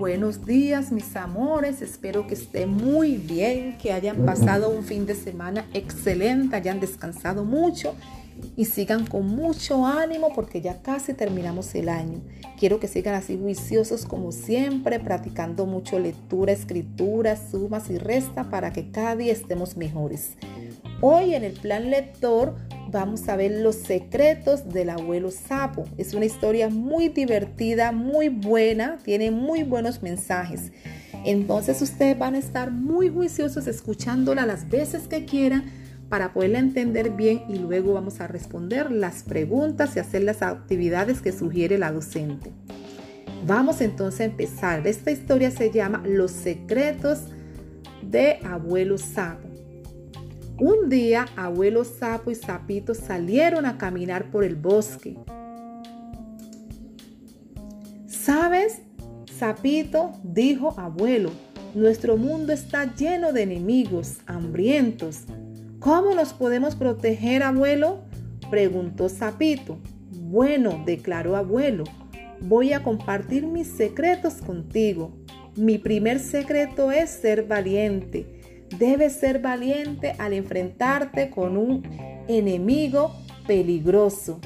Buenos días, mis amores. Espero que estén muy bien, que hayan pasado un fin de semana excelente, hayan descansado mucho y sigan con mucho ánimo porque ya casi terminamos el año. Quiero que sigan así juiciosos como siempre, practicando mucho lectura, escritura, sumas y resta para que cada día estemos mejores. Hoy en el plan lector vamos a ver los secretos del abuelo sapo. Es una historia muy divertida, muy buena, tiene muy buenos mensajes. Entonces ustedes van a estar muy juiciosos escuchándola las veces que quieran para poderla entender bien y luego vamos a responder las preguntas y hacer las actividades que sugiere la docente. Vamos entonces a empezar. Esta historia se llama Los secretos de abuelo sapo. Un día, abuelo sapo y sapito salieron a caminar por el bosque. ¿Sabes, sapito?, dijo abuelo, nuestro mundo está lleno de enemigos hambrientos. ¿Cómo nos podemos proteger, abuelo?, preguntó sapito. Bueno, declaró abuelo, voy a compartir mis secretos contigo. Mi primer secreto es ser valiente. Debes ser valiente al enfrentarte con un enemigo peligroso.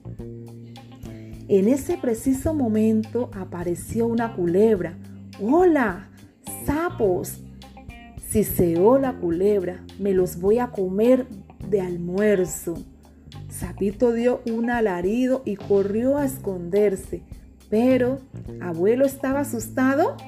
En ese preciso momento apareció una culebra. ¡Hola, sapos! Siseó la culebra. Me los voy a comer de almuerzo. Sapito dio un alarido y corrió a esconderse. Pero, ¿abuelo estaba asustado?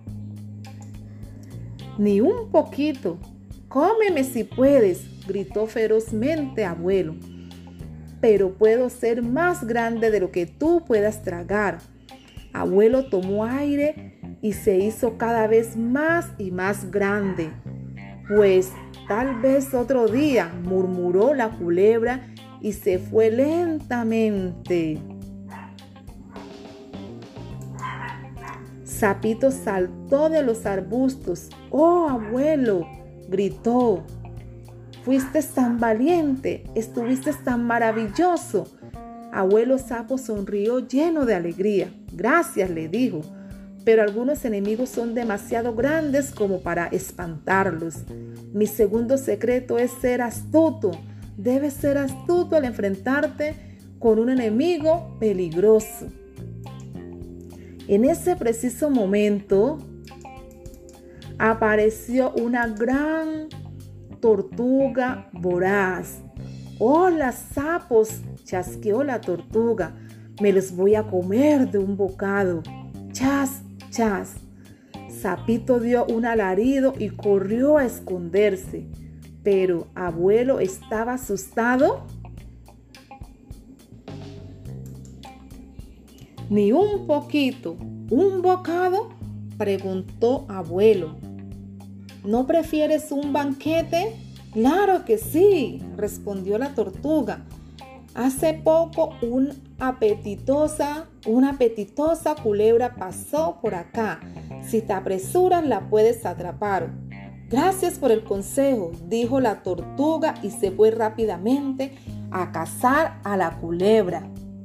Ni un poquito. Cómeme si puedes, gritó ferozmente abuelo. Pero puedo ser más grande de lo que tú puedas tragar. Abuelo tomó aire y se hizo cada vez más y más grande. Pues tal vez otro día, murmuró la culebra y se fue lentamente. Sapito saltó de los arbustos. ¡Oh, abuelo!, gritó. Fuiste tan valiente, estuviste tan maravilloso. Abuelo sapo sonrió lleno de alegría. Gracias, le dijo, pero algunos enemigos son demasiado grandes como para espantarlos. Mi segundo secreto es ser astuto. Debes ser astuto al enfrentarte con un enemigo peligroso. En ese preciso momento apareció una gran tortuga voraz. ¡Hola, sapos!, chasqueó la tortuga. Me los voy a comer de un bocado. ¡Chas, chas! Sapito dio un alarido y corrió a esconderse. Pero, ¿abuelo estaba asustado? Ni un poquito. ¿Un bocado?, preguntó abuelo. ¿No prefieres un banquete? Claro que sí, respondió la tortuga. Hace poco una apetitosa culebra pasó por acá. Si te apresuras la puedes atrapar. Gracias por el consejo, dijo la tortuga y se fue rápidamente a cazar a la culebra.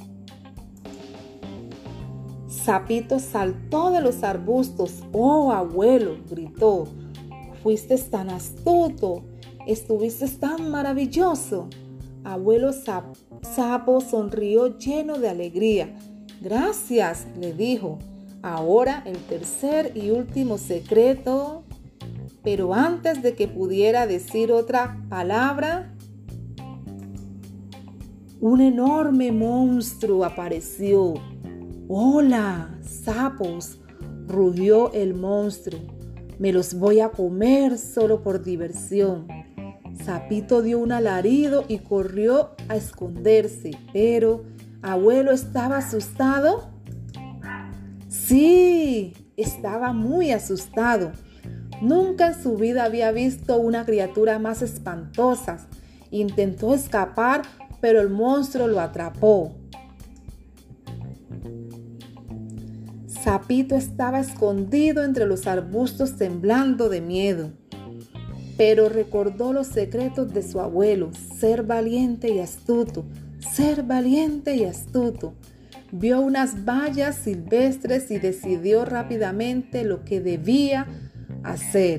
Sapito saltó de los arbustos. ¡Oh, abuelo!, gritó. Fuiste tan astuto, estuviste tan maravilloso. Abuelo sapo sonrió lleno de alegría. Gracias, le dijo. Ahora el tercer y último secreto. Pero antes de que pudiera decir otra palabra, un enorme monstruo apareció. ¡Hola, sapos!, rugió el monstruo. Me los voy a comer solo por diversión. Sapito dio un alarido y corrió a esconderse. Pero, ¿abuelo estaba asustado? Sí, estaba muy asustado. Nunca en su vida había visto una criatura más espantosa. Intentó escapar, pero el monstruo lo atrapó. Sapito estaba escondido entre los arbustos temblando de miedo, pero recordó los secretos de su abuelo: ser valiente y astuto, ser valiente y astuto. vio unas bayas silvestres y decidió rápidamente lo que debía hacer.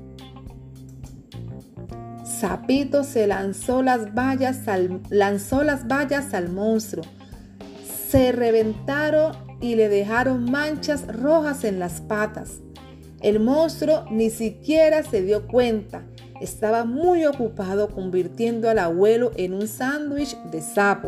Sapito se lanzó las bayas al monstruo. Se reventaron y le dejaron manchas rojas en las patas. El monstruo ni siquiera se dio cuenta. Estaba muy ocupado convirtiendo al abuelo en un sándwich de sapo.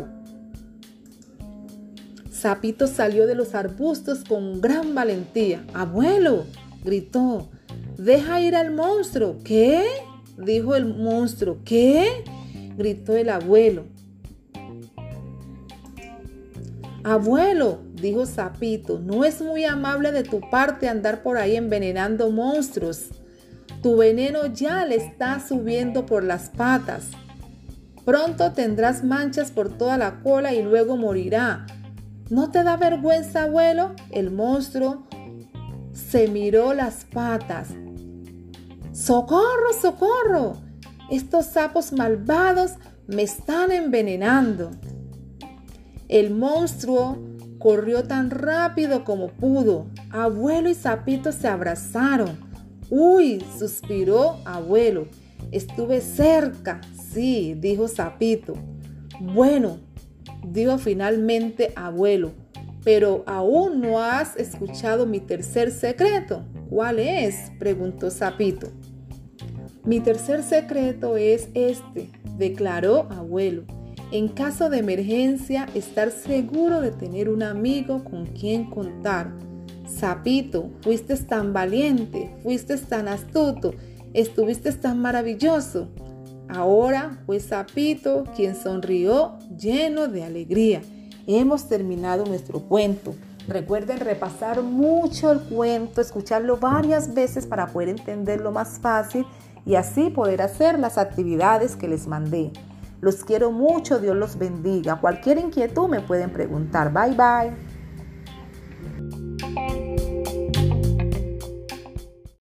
Sapito salió de los arbustos con gran valentía. ¡Abuelo!, gritó. ¡Deja ir al monstruo! ¿Qué?, dijo el monstruo. ¿Qué?, gritó el abuelo. Abuelo, dijo Sapito, no es muy amable de tu parte andar por ahí envenenando monstruos. Tu veneno ya le está subiendo por las patas. Pronto tendrás manchas por toda la cola y luego morirá. ¿No te da vergüenza, abuelo? El monstruo se miró las patas. ¡Socorro, socorro! Estos sapos malvados me están envenenando. El monstruo corrió tan rápido como pudo. Abuelo y Sapito se abrazaron. ¡Uy!, suspiró abuelo. Estuve cerca. Sí, dijo Sapito. Bueno, dijo finalmente abuelo, pero aún no has escuchado mi tercer secreto. ¿Cuál es?, preguntó Sapito. Mi tercer secreto es este, declaró abuelo. En caso de emergencia, estar seguro de tener un amigo con quien contar. Sapito, fuiste tan valiente, fuiste tan astuto, estuviste tan maravilloso. Ahora fue Sapito quien sonrió lleno de alegría. Hemos terminado nuestro cuento. Recuerden repasar mucho el cuento, escucharlo varias veces para poder entenderlo más fácil y así poder hacer las actividades que les mandé. Los quiero mucho, Dios los bendiga. Cualquier inquietud me pueden preguntar. Bye, bye.